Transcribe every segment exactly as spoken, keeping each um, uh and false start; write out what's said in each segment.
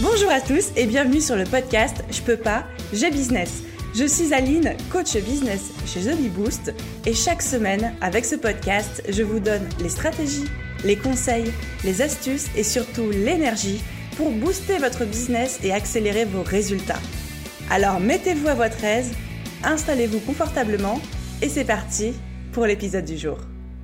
Bonjour à tous et bienvenue sur le podcast Je peux pas, j'ai business. Je suis Aline, coach business chez The Bee Boost et chaque semaine, avec ce podcast, je vous donne les stratégies, les conseils, les astuces et surtout l'énergie pour booster votre business et accélérer vos résultats. Alors mettez-vous à votre aise, installez-vous confortablement et c'est parti pour l'épisode du jour.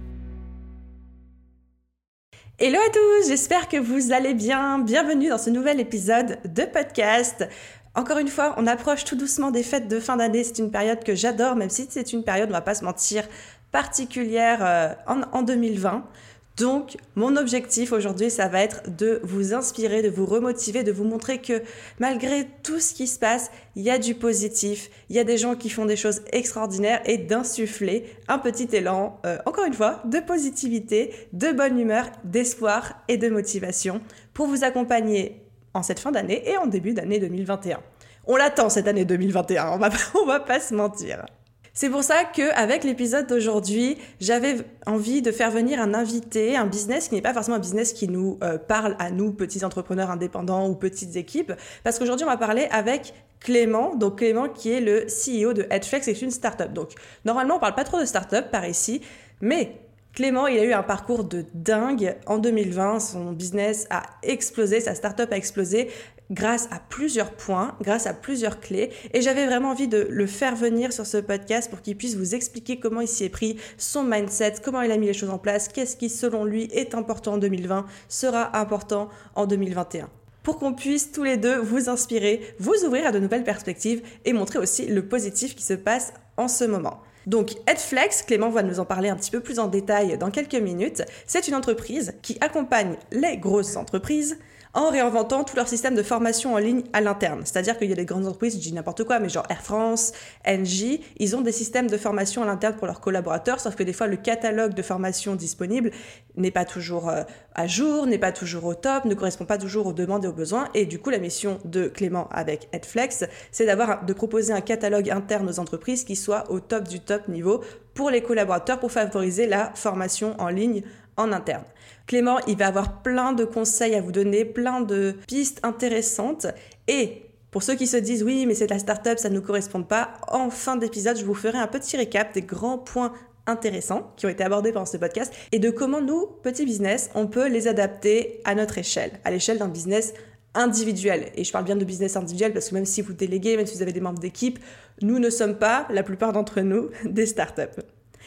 Hello à tous, j'espère que vous allez bien. Bienvenue dans ce nouvel épisode de podcast. Encore une fois, on approche tout doucement des fêtes de fin d'année. C'est une période que j'adore, même si c'est une période, on va pas se mentir, particulière euh, en, en deux mille vingt. Donc, mon objectif aujourd'hui, ça va être de vous inspirer, de vous remotiver, de vous montrer que malgré tout ce qui se passe, il y a du positif, il y a des gens qui font des choses extraordinaires et d'insuffler un petit élan, euh, encore une fois, de positivité, de bonne humeur, d'espoir et de motivation pour vous accompagner en cette fin d'année et en début d'année deux mille vingt et un. On l'attend cette année deux mille vingt et un, on va, on va pas se mentir. C'est pour ça qu'avec l'épisode d'aujourd'hui, j'avais envie de faire venir un invité, un business qui n'est pas forcément un business qui nous euh, parle à nous, petits entrepreneurs indépendants ou petites équipes, parce qu'aujourd'hui, on va parler avec Clément, donc Clément qui est le C E O de Headflex, c'est une startup. Donc normalement, on parle pas trop de startup par ici, mais Clément, il a eu un parcours de dingue en deux mille vingt, son business a explosé, sa startup a explosé grâce à plusieurs points, grâce à plusieurs clés et j'avais vraiment envie de le faire venir sur ce podcast pour qu'il puisse vous expliquer comment il s'y est pris, son mindset, comment il a mis les choses en place, qu'est-ce qui selon lui est important en deux mille vingt, sera important en deux mille vingt et un. Pour qu'on puisse tous les deux vous inspirer, vous ouvrir à de nouvelles perspectives et montrer aussi le positif qui se passe en ce moment. Donc Headflex, Clément va nous en parler un petit peu plus en détail dans quelques minutes, c'est une entreprise qui accompagne les grosses entreprises en réinventant tout leur système de formation en ligne à l'interne. C'est-à-dire qu'il y a des grandes entreprises, je dis n'importe quoi, mais genre Air France, Engie, ils ont des systèmes de formation à l'interne pour leurs collaborateurs, sauf que des fois, le catalogue de formation disponible n'est pas toujours euh, à jour, n'est pas toujours au top, ne correspond pas toujours aux demandes et aux besoins. Et du coup, la mission de Clément avec Headflex, c'est d'avoir, de proposer un catalogue interne aux entreprises qui soit au top du top niveau pour les collaborateurs, pour favoriser la formation en ligne en interne. Clément, il va avoir plein de conseils à vous donner, plein de pistes intéressantes. Et pour ceux qui se disent « oui, mais c'est de la start-up, ça ne nous correspond pas », en fin d'épisode, je vous ferai un petit récap des grands points intéressants qui ont été abordés pendant ce podcast et de comment nous, petits business, on peut les adapter à notre échelle, à l'échelle d'un business individuel. Et je parle bien de business individuel parce que même si vous déléguez, même si vous avez des membres d'équipe, nous ne sommes pas, la plupart d'entre nous, des start-up.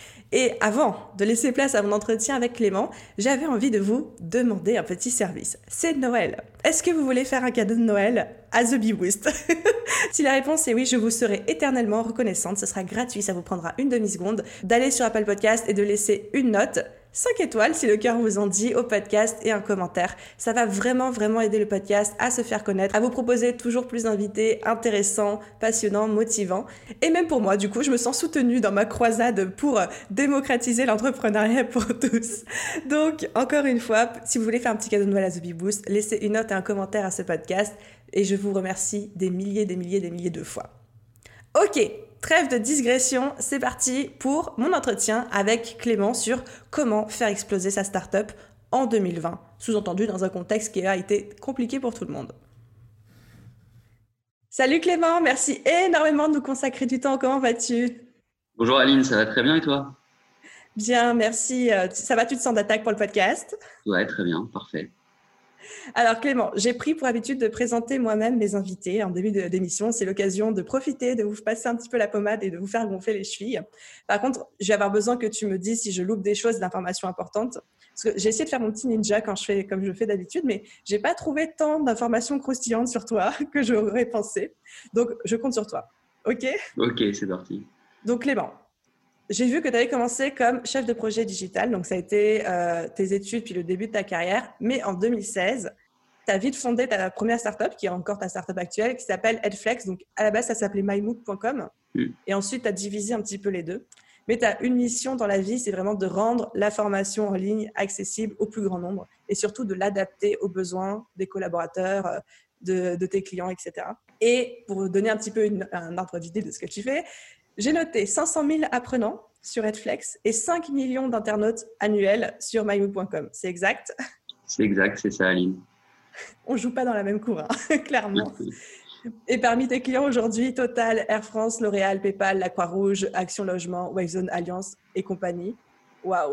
Et avant de laisser place à mon entretien avec Clément, j'avais envie de vous demander un petit service. C'est Noël. Est-ce que vous voulez faire un cadeau de Noël à The Bee Boost? Si la réponse est oui, je vous serai éternellement reconnaissante. Ce sera gratuit, ça vous prendra une demi-seconde d'aller sur Apple Podcast et de laisser une note. cinq étoiles si le cœur vous en dit au podcast et un commentaire. Ça va vraiment, vraiment aider le podcast à se faire connaître, à vous proposer toujours plus d'invités intéressants, passionnants, motivants. Et même pour moi, du coup, je me sens soutenue dans ma croisade pour démocratiser l'entrepreneuriat pour tous. Donc, encore une fois, si vous voulez faire un petit cadeau de Noël à The Bee Boost, laissez une note et un commentaire à ce podcast et je vous remercie des milliers, des milliers, des milliers de fois. Ok, trêve de digression, c'est parti pour mon entretien avec Clément sur comment faire exploser sa startup en deux mille vingt, sous-entendu dans un contexte qui a été compliqué pour tout le monde. Salut Clément, merci énormément de nous consacrer du temps, comment vas-tu? Bonjour Aline, ça va très bien et toi? Bien, merci. Ça va, tu te sens d'attaque pour le podcast? Ouais, très bien, parfait. Alors Clément, j'ai pris pour habitude de présenter moi-même mes invités en début de, d'émission. C'est l'occasion de profiter, de vous passer un petit peu la pommade et de vous faire gonfler les chevilles. Par contre, je vais avoir besoin que tu me dises si je loupe des choses, d'informations importantes. Parce que j'ai essayé de faire mon petit ninja quand je fais, comme je fais d'habitude, mais j'ai pas trouvé tant d'informations croustillantes sur toi que j'aurais pensé. Donc, je compte sur toi. OK? Ok, c'est parti. Donc Clément, j'ai vu que tu avais commencé comme chef de projet digital, donc ça a été euh, tes études puis le début de ta carrière, mais en deux mille seize, tu as vite fondé ta première startup, qui est encore ta startup actuelle, qui s'appelle Headflex. Donc à la base, ça s'appelait mymook point com mm. et ensuite tu as divisé un petit peu les deux. Mais tu as une mission dans la vie, c'est vraiment de rendre la formation en ligne accessible au plus grand nombre et surtout de l'adapter aux besoins des collaborateurs, de, de tes clients, et cetera. Et pour donner un petit peu une, un ordre d'idée de ce que tu fais, j'ai noté cinq cent mille apprenants sur Headflex et cinq millions d'internautes annuels sur mymook point com. C'est exact? C'est exact, c'est ça, Aline. On joue pas dans la même cour, hein, clairement. Et parmi tes clients aujourd'hui, Total, Air France, L'Oréal, PayPal, la Croix-Rouge, Action Logement, Wavezone, Alliance et compagnie. Waouh!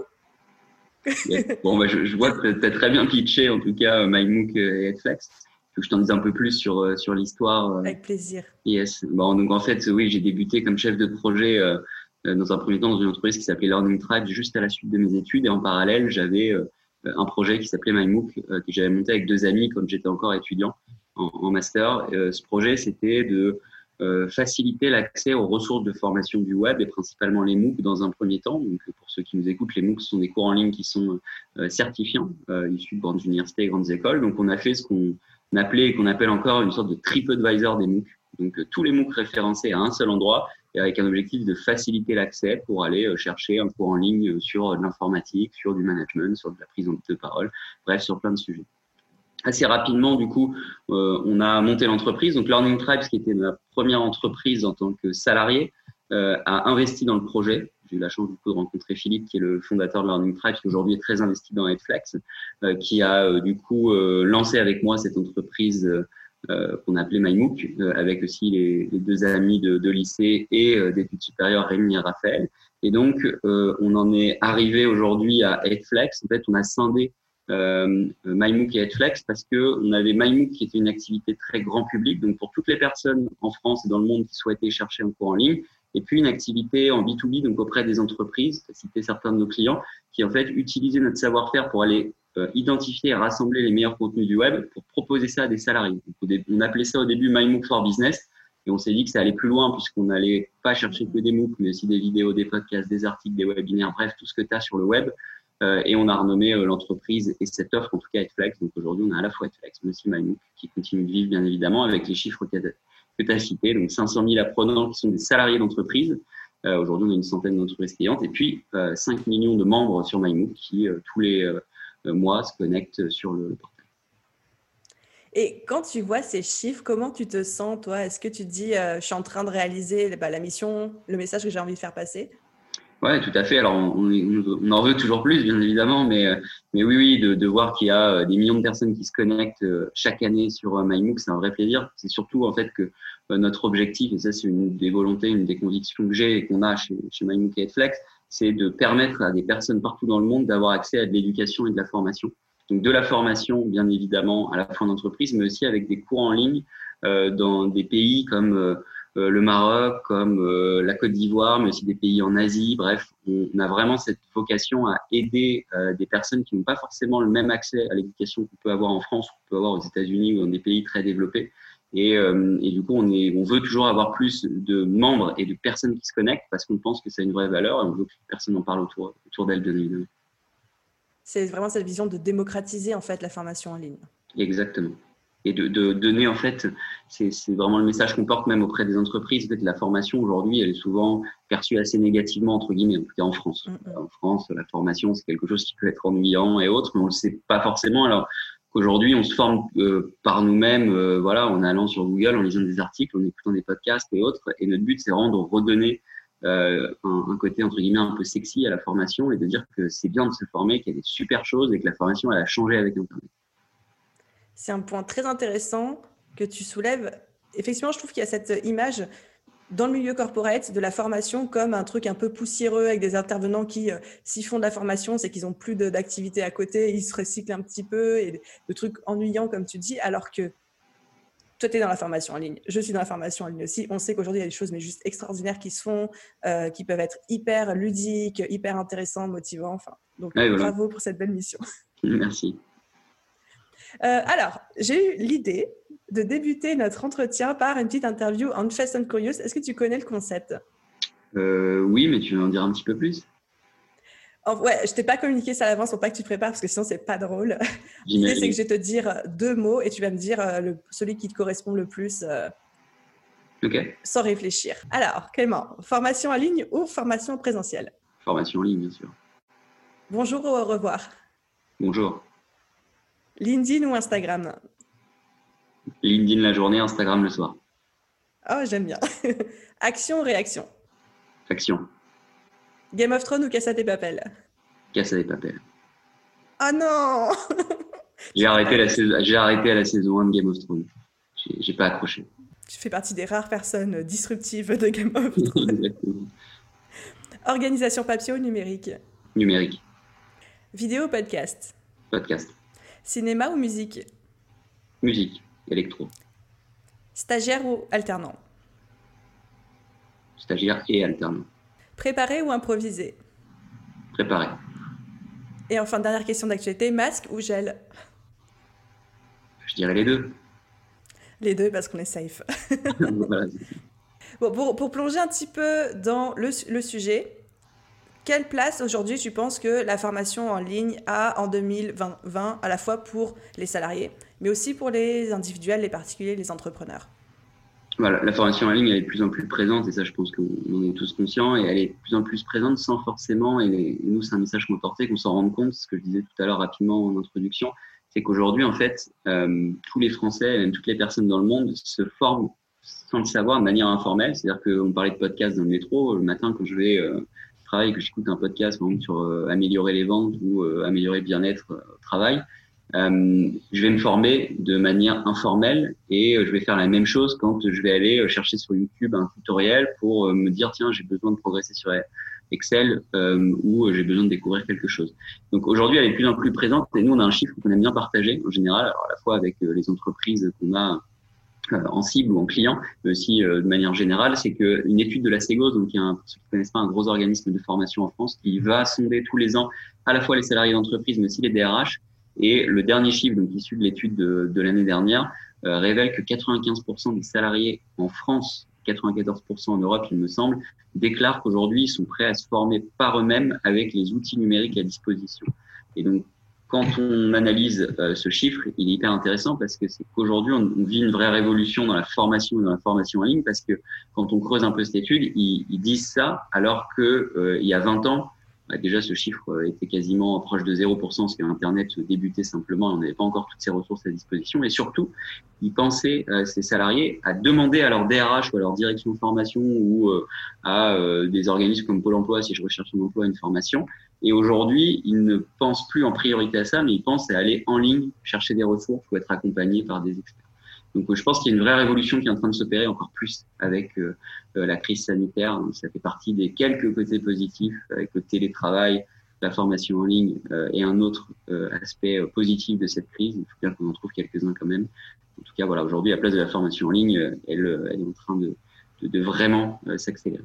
Yes. Bon, bah, je, je vois que tu as très bien pitché, en tout cas, euh, MyMook et Headflex. Faut que je t'en dise un peu plus sur, euh, sur l'histoire. euh, Avec plaisir. Yes. Bon, donc en fait, oui, j'ai débuté comme chef de projet euh, euh, dans un premier temps dans une entreprise qui s'appelait Learning Tribe juste à la suite de mes études. Et en parallèle, j'avais euh, un projet qui s'appelait MyMook euh, que j'avais monté avec deux amis quand j'étais encore étudiant en, en master. Euh, ce projet, c'était de euh, faciliter l'accès aux ressources de formation du web et principalement les MOOC dans un premier temps. Donc, pour ceux qui nous écoutent, les MOOC sont des cours en ligne qui sont euh, certifiants, euh, issus de grandes universités et grandes écoles. Donc, on a fait ce qu'on appelait et qu'on appelle encore une sorte de TripAdvisor des MOOC. Donc, euh, tous les MOOC référencés à un seul endroit et avec un objectif de faciliter l'accès pour aller euh, chercher un cours en ligne sur euh, de l'informatique, sur du management, sur de la prise de parole, bref, sur plein de sujets. Assez rapidement, du coup, euh, on a monté l'entreprise. Donc, Learning Tribes, qui était ma première entreprise en tant que salarié, euh, a investi dans le projet. J'ai eu la chance du coup de rencontrer Philippe, qui est le fondateur de Learning Tribes, qui aujourd'hui est très investi dans Headflex, euh, qui a euh, du coup euh, lancé avec moi cette entreprise euh, qu'on appelait MyMook, euh, avec aussi les, les deux amis de, de lycée et euh, d'études supérieures, Rémi et Raphaël. Et donc, euh, on en est arrivé aujourd'hui à Headflex. En fait, on a scindé euh, MyMook et Headflex parce que on avait MyMook qui était une activité très grand public, donc pour toutes les personnes en France et dans le monde qui souhaitaient chercher un cours en ligne, et puis une activité en B deux B, donc auprès des entreprises, pour citer certains de nos clients, qui en fait utilisaient notre savoir-faire pour aller euh, identifier et rassembler les meilleurs contenus du web pour proposer ça à des salariés. Donc, on appelait ça au début MyMook for Business, et on s'est dit que ça allait plus loin puisqu'on n'allait pas chercher que des MOOC, mais aussi des vidéos, des podcasts, des articles, des webinaires, bref, tout ce que tu as sur le web. Euh, et on a renommé euh, l'entreprise et cette offre, en tout cas Headflex. Donc aujourd'hui, on a à la fois Headflex, mais aussi MyMook, qui continue de vivre, bien évidemment, avec les chiffres que tu as cités. Donc cinq cent mille apprenants qui sont des salariés d'entreprise. Euh, aujourd'hui, on a une centaine d'entreprises clientes. Et puis, euh, cinq millions de membres sur MyMook qui, euh, tous les euh, mois, se connectent sur le portail. Et quand tu vois ces chiffres, comment tu te sens, toi? Est-ce que tu te dis, euh, je suis en train de réaliser bah, la mission, le message que j'ai envie de faire passer? Ouais, tout à fait. Alors, on, on en veut toujours plus, bien évidemment, mais, mais oui, oui, de, de voir qu'il y a des millions de personnes qui se connectent chaque année sur MyMook, c'est un vrai plaisir. C'est surtout en fait que notre objectif, et ça c'est une des volontés, une des convictions que j'ai et qu'on a chez, chez MyMook et Headflex, c'est de permettre à des personnes partout dans le monde d'avoir accès à de l'éducation et de la formation. Donc de la formation, bien évidemment, à la fois en entreprise, mais aussi avec des cours en ligne euh, dans des pays comme euh, Euh, le Maroc, comme euh, la Côte d'Ivoire, mais aussi des pays en Asie. Bref, on, on a vraiment cette vocation à aider euh, des personnes qui n'ont pas forcément le même accès à l'éducation qu'on peut avoir en France, qu'on peut avoir aux États-Unis ou dans des pays très développés. Et, euh, et du coup, on, est, on veut toujours avoir plus de membres et de personnes qui se connectent parce qu'on pense que ça a une vraie valeur et on veut que personne en parle autour, autour d'elle, bien évidemment. C'est vraiment cette vision de démocratiser en fait la formation en ligne. Exactement. Et de, de donner, en fait, c'est, c'est vraiment le message qu'on porte même auprès des entreprises. En fait, la formation, aujourd'hui, elle est souvent perçue assez négativement, entre guillemets, en tout cas en France. Mm-hmm. En France, la formation, c'est quelque chose qui peut être ennuyant et autres, mais on ne le sait pas forcément. Alors qu'aujourd'hui, on se forme euh, par nous-mêmes, euh, voilà, en allant sur Google, en lisant des articles, en écoutant des podcasts et autres. Et notre but, c'est vraiment de redonner euh, un, un côté, entre guillemets, un peu sexy à la formation et de dire que c'est bien de se former, qu'il y a des super choses et que la formation, elle a changé avec Internet. C'est un point très intéressant que tu soulèves. Effectivement, je trouve qu'il y a cette image dans le milieu corporate de la formation comme un truc un peu poussiéreux avec des intervenants qui, euh, s'ils font de la formation, c'est qu'ils n'ont plus de, d'activité à côté, ils se recyclent un petit peu et de trucs ennuyants, comme tu dis, alors que toi, tu es dans la formation en ligne, je suis dans la formation en ligne aussi. On sait qu'aujourd'hui, il y a des choses mais juste extraordinaires qui se font, euh, qui peuvent être hyper ludiques, hyper intéressantes, motivantes. Enfin, donc, ouais, voilà. Bravo pour cette belle mission. Merci. Euh, alors, j'ai eu l'idée de débuter notre entretien par une petite interview en Fast and Curious. Est-ce que tu connais le concept ? euh, Oui, mais tu veux en dire un petit peu plus ? Oh, ouais, je ne t'ai pas communiqué ça à l'avance pour pas que tu te prépares parce que sinon, ce n'est pas drôle. L'idée, c'est que je vais te dire deux mots et tu vas me dire euh, le, celui qui te correspond le plus euh, okay. sans réfléchir. Alors, Clément, formation en ligne ou formation présentielle ? Formation en ligne, bien sûr. Bonjour ou au revoir ? Bonjour. LinkedIn ou Instagram ? LinkedIn la journée, Instagram le soir. Oh, j'aime bien. Action ou réaction ? Action. Game of Thrones ou Casa de Papel ? Casa de Papel. Oh non ! J'ai arrêté, la saison, j'ai arrêté à la saison un de Game of Thrones. J'ai, j'ai pas accroché. Tu fais partie des rares personnes disruptives de Game of Thrones. Exactement. Organisation papier ou numérique? Numérique. Vidéo ou podcast? Podcast. Cinéma ou musique? Musique. Électro. Stagiaire ou alternant? Stagiaire et alternant. Préparé ou improvisé? Préparé. Et enfin, dernière question d'actualité, masque ou gel? Je dirais les deux. Les deux, parce qu'on est safe. Voilà. Bon, pour, pour plonger un petit peu dans le, le sujet, quelle place aujourd'hui tu penses que la formation en ligne a en deux mille vingt, à la fois pour les salariés, mais aussi pour les individuels, les particuliers, les entrepreneurs? Voilà, la formation en ligne elle est de plus en plus présente et ça je pense qu'on en est tous conscients et elle est de plus en plus présente sans forcément, et, et nous c'est un message qu'on portait, qu'on s'en rende compte, ce que je disais tout à l'heure rapidement en introduction, c'est qu'aujourd'hui en fait euh, tous les Français, même toutes les personnes dans le monde se forment sans le savoir de manière informelle, c'est-à-dire qu'on parlait de podcast dans le métro, le matin quand je vais euh, travail, que j'écoute un podcast par exemple, sur euh, améliorer les ventes ou euh, améliorer le bien-être euh, au travail, euh, je vais me former de manière informelle et euh, je vais faire la même chose quand je vais aller euh, chercher sur YouTube un tutoriel pour euh, me dire tiens j'ai besoin de progresser sur Excel euh, ou euh, j'ai besoin de découvrir quelque chose. Donc aujourd'hui elle est de plus en plus présente et nous on a un chiffre qu'on aime bien partager en général, alors à la fois avec euh, les entreprises qu'on a Euh, en cible ou en client, mais aussi euh, de manière générale, c'est qu'une étude de la Segos, donc il y a un, pour ceux qui ne connaissent pas, un gros organisme de formation en France qui va sonder tous les ans à la fois les salariés d'entreprise, mais aussi les D R H. Et le dernier chiffre, donc issu de l'étude de, de l'année dernière, euh, révèle que quatre-vingt-quinze pour cent des salariés en France, quatre-vingt-quatorze pour cent en Europe, il me semble, déclarent qu'aujourd'hui ils sont prêts à se former par eux-mêmes avec les outils numériques à disposition. Et donc quand on analyse euh, ce chiffre, il est hyper intéressant parce que c'est qu'aujourd'hui, on, on vit une vraie révolution dans la formation et dans la formation en ligne parce que quand on creuse un peu cette étude, ils, ils disent ça alors que euh, il y a vingt ans, bah, déjà ce chiffre était quasiment proche de zéro pour cent parce qu'Internet débutait simplement et on n'avait pas encore toutes ces ressources à disposition. Et surtout, ils pensaient, euh, ces salariés, à demander à leur D R H ou à leur direction de formation ou euh, à euh, des organismes comme Pôle emploi, si je recherche un emploi, une formation. Et aujourd'hui, ils ne pensent plus en priorité à ça, mais ils pensent à aller en ligne, chercher des ressources ou être accompagnés par des experts. Donc, je pense qu'il y a une vraie révolution qui est en train de s'opérer encore plus avec euh, la crise sanitaire. Donc, ça fait partie des quelques côtés positifs avec le télétravail, la formation en ligne euh, et un autre euh, aspect euh, positif de cette crise. Il faut bien qu'on en trouve quelques-uns quand même. En tout cas, voilà, aujourd'hui, la place de la formation en ligne, elle, elle est en train de, de, de vraiment euh, s'accélérer.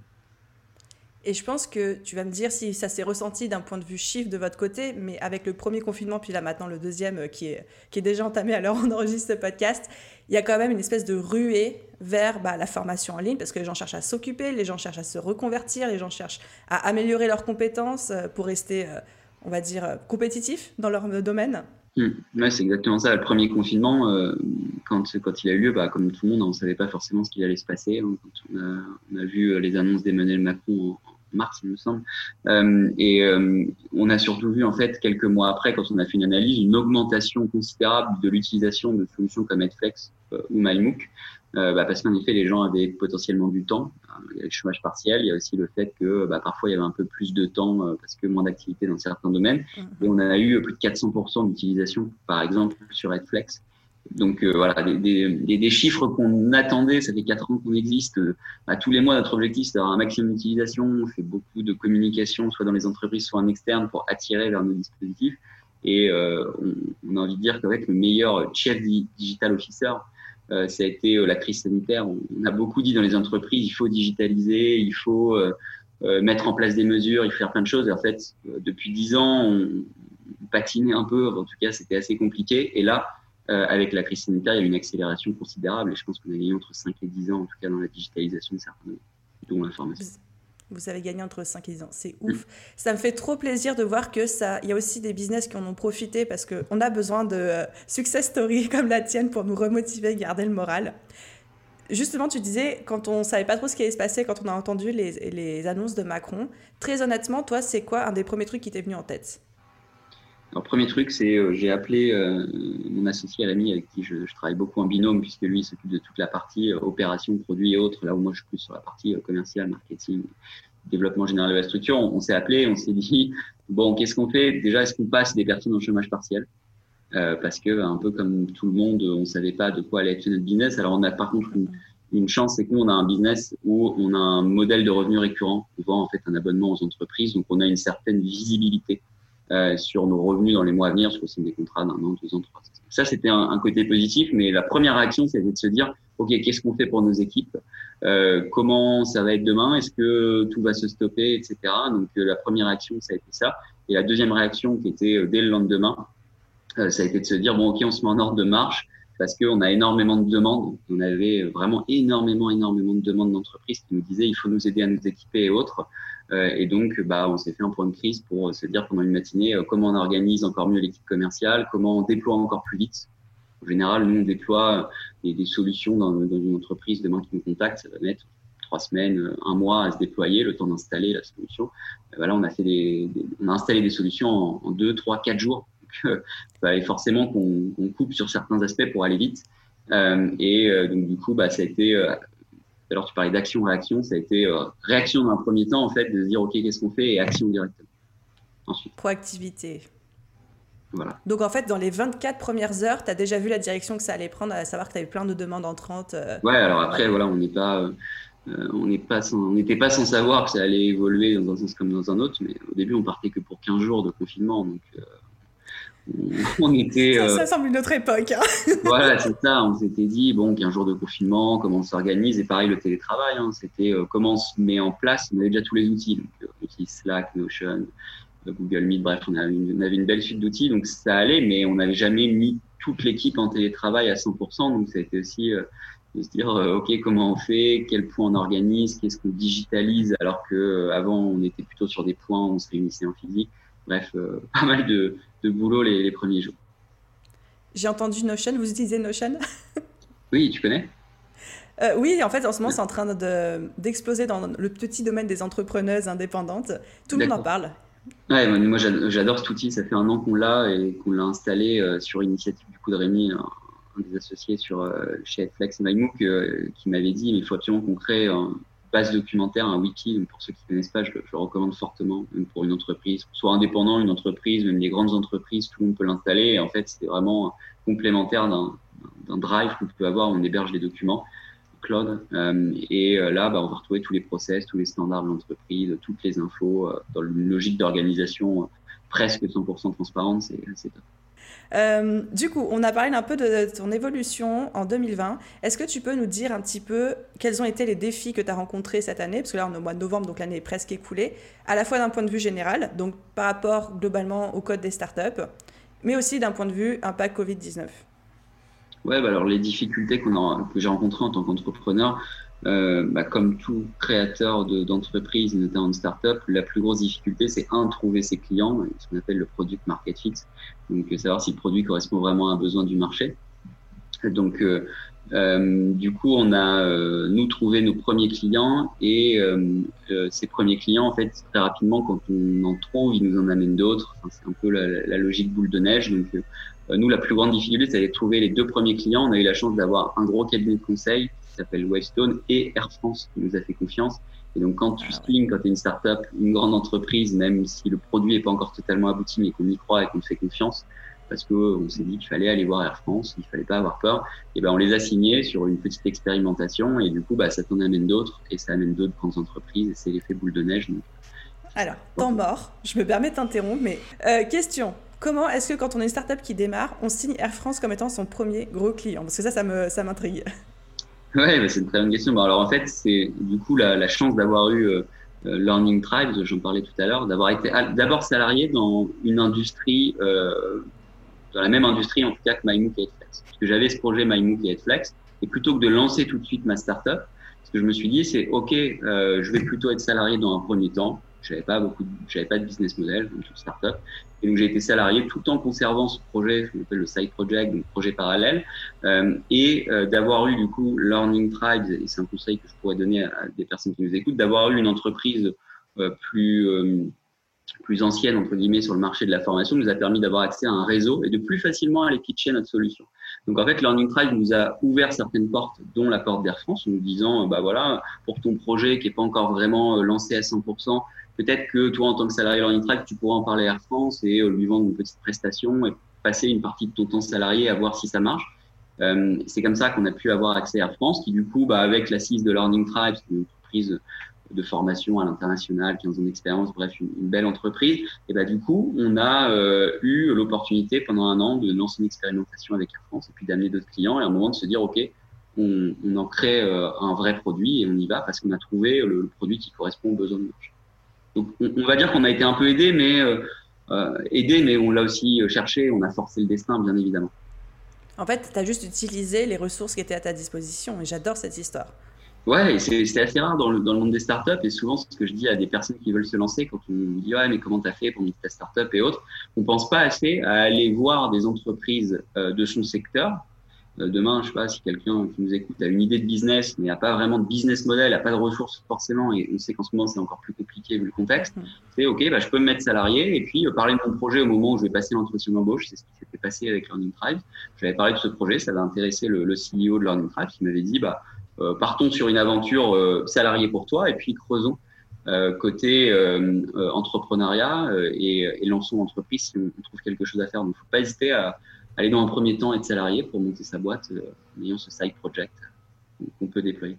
Et je pense que tu vas me dire si ça s'est ressenti d'un point de vue chiffre de votre côté, mais avec le premier confinement, puis là maintenant le deuxième qui est, qui est déjà entamé à l'heure où on enregistre ce podcast, il y a quand même une espèce de ruée vers bah, la formation en ligne parce que les gens cherchent à s'occuper, les gens cherchent à se reconvertir, les gens cherchent à améliorer leurs compétences pour rester, on va dire, compétitifs dans leur domaine. Mmh. Ouais, c'est exactement ça. Le premier confinement, euh, quand, quand il a eu lieu, bah, comme tout le monde, on ne savait pas forcément ce qu'il allait se passer. Hein, quand on, a, on a vu les annonces d'Emmanuel Macron en, en mars, il me semble. Euh, et euh, on a surtout vu, en fait, quelques mois après, quand on a fait une analyse, une augmentation considérable de l'utilisation de solutions comme Edflex euh, ou MyMOOC. Euh, bah, parce qu'en effet, les gens avaient potentiellement du temps. Il y a le chômage partiel, il y a aussi le fait que bah, parfois il y avait un peu plus de temps euh, parce que moins d'activité dans certains domaines. Et on a eu plus de quatre cents pour cent d'utilisation, par exemple, sur Edflex. Donc euh, voilà, des, des, des chiffres qu'on attendait, ça fait quatre ans qu'on existe. Euh, à tous les mois, notre objectif, c'est d'avoir un maximum d'utilisation. On fait beaucoup de communication, soit dans les entreprises, soit en externe, pour attirer vers nos dispositifs. Et euh, on, on a envie de dire qu'avec le meilleur Chief Digital Officer, Euh, ça a été euh, la crise sanitaire. On, on a beaucoup dit dans les entreprises, il faut digitaliser, il faut euh, euh, mettre en place des mesures, il faut faire plein de choses. Et en fait, euh, depuis dix ans, on, on patinait un peu. En tout cas, c'était assez compliqué. Et là, euh, avec la crise sanitaire, il y a eu une accélération considérable. Et je pense qu'on a gagné entre cinq et dix ans, en tout cas, dans la digitalisation de certains domaines, dont l'information. Vous avez gagné entre cinq et dix ans, c'est ouf. Mmh. Ça me fait trop plaisir de voir que ça, il y a aussi des business qui en ont profité parce qu'on a besoin de euh, success stories comme la tienne pour nous remotiver, garder le moral. Justement, tu disais, quand on ne savait pas trop ce qui allait se passer, quand on a entendu les, les annonces de Macron, très honnêtement, toi, c'est quoi un des premiers trucs qui t'est venu en tête ? Alors, premier truc, c'est euh, j'ai appelé euh, mon associé Rémi, avec qui je, je travaille beaucoup en binôme, puisque lui, il s'occupe de toute la partie euh, opération, produits et autres, là où moi, je suis plus sur la partie euh, commerciale, marketing, développement général de la structure. On, on s'est appelé, on s'est dit, bon, qu'est-ce qu'on fait ? Déjà, est-ce qu'on passe des personnes en chômage partiel ? euh, parce que un peu comme tout le monde, on savait pas de quoi allait être notre business. Alors on a par contre une, une chance, c'est que nous on a un business où on a un modèle de revenu récurrent. On vend en fait un abonnement aux entreprises, donc on a une certaine visibilité euh, sur nos revenus dans les mois à venir, sur des contrats d'un an, deux ans, trois ans. Ça c'était un, un côté positif, mais la première réaction c'était de se dire ok, qu'est-ce qu'on fait pour nos équipes, euh, comment ça va être demain, est-ce que tout va se stopper, et cetera. Donc euh, la première réaction ça a été ça, et la deuxième réaction qui était euh, dès le lendemain, euh, ça a été de se dire bon ok, on se met en ordre de marche parce qu'on a énormément de demandes. On avait vraiment énormément, énormément de demandes d'entreprises qui nous disaient il faut nous aider à nous équiper et autres. Euh, et donc, bah, on s'est fait un point de crise pour se dire pendant une matinée euh, comment on organise encore mieux l'équipe commerciale, comment on déploie encore plus vite. En général, nous, on déploie des, des solutions dans, dans une entreprise demain qui nous contacte. Ça va mettre trois semaines, un mois à se déployer, le temps d'installer la solution. Et voilà, on a fait des, des, on a installé des solutions en, en deux, trois, quatre jours. Donc, euh, il fallait forcément qu'on, qu'on coupe sur certains aspects pour aller vite. Euh, et euh, donc, du coup, bah, ça a été, euh, alors tu parlais d'action-réaction, ça a été euh, réaction dans un premier temps, en fait, de se dire, OK, qu'est-ce qu'on fait, et action directement. Ensuite. Proactivité. Voilà. Donc, en fait, dans les vingt-quatre premières heures, tu as déjà vu la direction que ça allait prendre, à savoir que tu avais plein de demandes entrantes. Euh... Ouais, alors après, ouais. voilà, on n'est pas, euh, on n'est pas, sans, on n'était pas sans savoir que ça allait évoluer dans un sens comme dans un autre, mais au début, on partait que pour quinze jours de confinement, donc euh, on, on était. Ça, euh, ça semble une autre époque. Hein. Voilà, c'est ça. On s'était dit bon, quinze jours de confinement, comment on s'organise, et pareil le télétravail. Hein, c'était euh, comment on se met en place. On avait déjà tous les outils, donc euh, on utilise Slack, Notion, Google Meet, bref, on avait, une, on avait une belle suite d'outils, donc ça allait, mais on n'avait jamais mis toute l'équipe en télétravail à cent pour cent, donc ça a été aussi euh, de se dire, euh, ok, comment on fait, quel point on organise, qu'est-ce qu'on digitalise, alors que euh, avant on était plutôt sur des points où on se réunissait en physique. Bref, euh, pas mal de, de boulot les, les premiers jours. J'ai entendu Notion, vous utilisez Notion? Oui, tu connais? Euh, oui, en fait, en ce moment, c'est en train de, d'exploser dans le petit domaine des entrepreneuses indépendantes. Tout le monde en parle. Ouais, moi j'adore cet outil, ça fait un an qu'on l'a et qu'on l'a installé euh, sur initiative du coup de Rémi, un, un des associés sur, euh, chez Edflex et MyMook, euh, qui m'avait dit il faut absolument qu'on crée une base documentaire, un wiki. Donc pour ceux qui ne connaissent pas, je, je le recommande fortement, même pour une entreprise, soit indépendant, une entreprise, même les grandes entreprises, tout le monde peut l'installer. Et en fait, c'est vraiment complémentaire d'un, d'un drive que tu peux avoir où on héberge les documents. Cloud. Euh, et euh, là, bah, on va retrouver tous les process, tous les standards de l'entreprise, toutes les infos euh, dans une logique d'organisation euh, presque cent pour cent transparente. C'est, c'est top. Euh, du coup, on a parlé un peu de ton évolution en deux mille vingt. Est-ce que tu peux nous dire un petit peu quels ont été les défis que tu as rencontrés cette année? Parce que là, on est au mois de novembre, donc l'année est presque écoulée. À la fois d'un point de vue général, donc par rapport globalement au code des startups, mais aussi d'un point de vue impact covid dix-neuf. Ouais, bah alors les difficultés qu'on a, que j'ai rencontrées en tant qu'entrepreneur, euh, bah comme tout créateur de, d'entreprise, notamment de start-up, la plus grosse difficulté, c'est un, trouver ses clients, ce qu'on appelle le product market fit, donc savoir si le produit correspond vraiment à un besoin du marché. Donc, euh, euh, du coup, on a euh, nous trouvé nos premiers clients et euh, euh, ces premiers clients, en fait, très rapidement, quand on en trouve, ils nous en amènent d'autres. Enfin, c'est un peu la, la logique boule de neige. Donc, euh, nous, la plus grande difficulté, c'est de trouver les deux premiers clients. On a eu la chance d'avoir un gros cabinet de conseil qui s'appelle Wavestone et Air France qui nous a fait confiance. Et donc, quand tu signes, quand tu es une start-up, une grande entreprise, même si le produit n'est pas encore totalement abouti, mais qu'on y croit et qu'on te fait confiance, parce qu'on s'est dit qu'il fallait aller voir Air France, qu'il fallait pas avoir peur, et ben on les a signés sur une petite expérimentation, et du coup, bah, ça t'en amène d'autres, et ça amène d'autres grandes entreprises, et c'est l'effet boule de neige. Donc... Alors, temps mort, je me permets de t'interrompre, mais euh, question. Comment est-ce que quand on est une start-up qui démarre, on signe Air France comme étant son premier gros client? Parce que ça, ça, me, ça m'intrigue. Ouais, bah, c'est une très bonne question. Bon, alors en fait, c'est du coup la, la chance d'avoir eu euh, Learning Tribes, j'en parlais tout à l'heure, d'avoir été d'abord salarié dans une industrie, euh, dans la même industrie en tout cas que MyMook et Edflex. Parce que j'avais ce projet MyMook et Edflex, et plutôt que de lancer tout de suite ma start-up, ce que je me suis dit, c'est ok, euh, je vais plutôt être salarié dans un premier temps. J'avais pas beaucoup, de, j'avais pas de business model comme toute start-up, et donc j'ai été salarié tout en conservant ce projet, ce qu'on appelle le side project, donc projet parallèle, euh, et euh, d'avoir eu du coup Learning Tribes, et c'est un conseil que je pourrais donner à, à des personnes qui nous écoutent, d'avoir eu une entreprise euh, plus euh, plus ancienne entre guillemets sur le marché de la formation, nous a permis d'avoir accès à un réseau et de plus facilement aller pitcher notre solution. Donc en fait, Learning Tribe nous a ouvert certaines portes, dont la porte d'Air France, en nous disant, bah voilà, pour ton projet qui est pas encore vraiment lancé à cent pour cent, peut-être que toi, en tant que salarié Learning Tribe, tu pourras en parler à Air France et lui vendre une petite prestation. Et passer une partie de ton temps salarié à voir si ça marche. Euh, c'est comme ça qu'on a pu avoir accès à France, qui du coup, bah, avec l'assise de Learning Tribes, une entreprise de formation à l'international, quinze ans d'expérience, bref, une, une belle entreprise, et bah, du coup, on a euh, eu l'opportunité pendant un an de lancer une expérimentation avec Air France et puis d'amener d'autres clients et à un moment de se dire, OK, on, on en crée euh, un vrai produit et on y va parce qu'on a trouvé le, le produit qui correspond aux besoins de marché. Donc, on, on va dire qu'on a été un peu aidé, mais euh, euh, aidé, mais on l'a aussi cherché, on a forcé le destin, bien évidemment. En fait, tu as juste utilisé les ressources qui étaient à ta disposition et j'adore cette histoire. Ouais, et c'est, c'est assez rare dans le, dans le monde des startups et souvent, c'est ce que je dis à des personnes qui veulent se lancer quand on me dit « Ouais, mais comment t'as fait pour monter ta startup et autres ?» On pense pas assez à aller voir des entreprises euh, de son secteur. Euh, demain, je sais pas, si quelqu'un qui nous écoute a une idée de business, mais n'a pas vraiment de business model, n'a pas de ressources forcément, et on sait qu'en ce moment, c'est encore plus compliqué vu le contexte, mmh. c'est OK, bah, je peux me mettre salarié et puis euh, parler de mon projet au moment où je vais passer l'entretien d'embauche. C'est ce qui s'était passé avec Learning Tribes. J'avais parlé de ce projet, ça avait intéressé le, le C E O de Learning Tribes qui m'avait dit bah, euh, partons sur une aventure euh, salariée pour toi et puis creusons euh, côté euh, euh, entrepreneuriat euh, et, et lançons entreprise si on, on trouve quelque chose à faire. Donc, il ne faut pas hésiter à aller dans un premier temps être salarié pour monter sa boîte euh, en ayant ce side project qu'on peut déployer.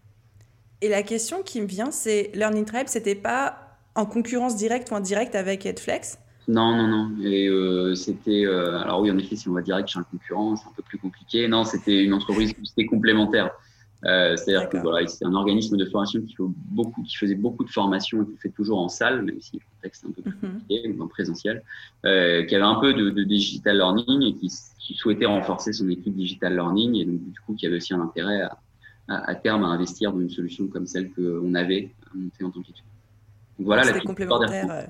Et la question qui me vient, c'est Learning Tribe, c'était pas en concurrence directe ou indirecte avec Edflex ? Non, non, non. Et euh, c'était euh, alors oui, en effet, si on va direct chez un concurrent, c'est un peu plus compliqué. Non, c'était une entreprise qui était complémentaire. Euh, c'est-à-dire D'accord. que voilà, c'est un organisme de formation qui, fait beaucoup, qui faisait beaucoup de formations et qui fait toujours en salle, même si le contexte est un peu plus compliqué, mm-hmm. ou en présentiel, euh, qui avait un peu de, de digital learning et qui, qui souhaitait renforcer son équipe digital learning et donc du coup qui avait aussi un intérêt à, à, à terme à investir dans une solution comme celle qu'on avait montée en tant qu'étude. Donc voilà, la petite histoire d'Air.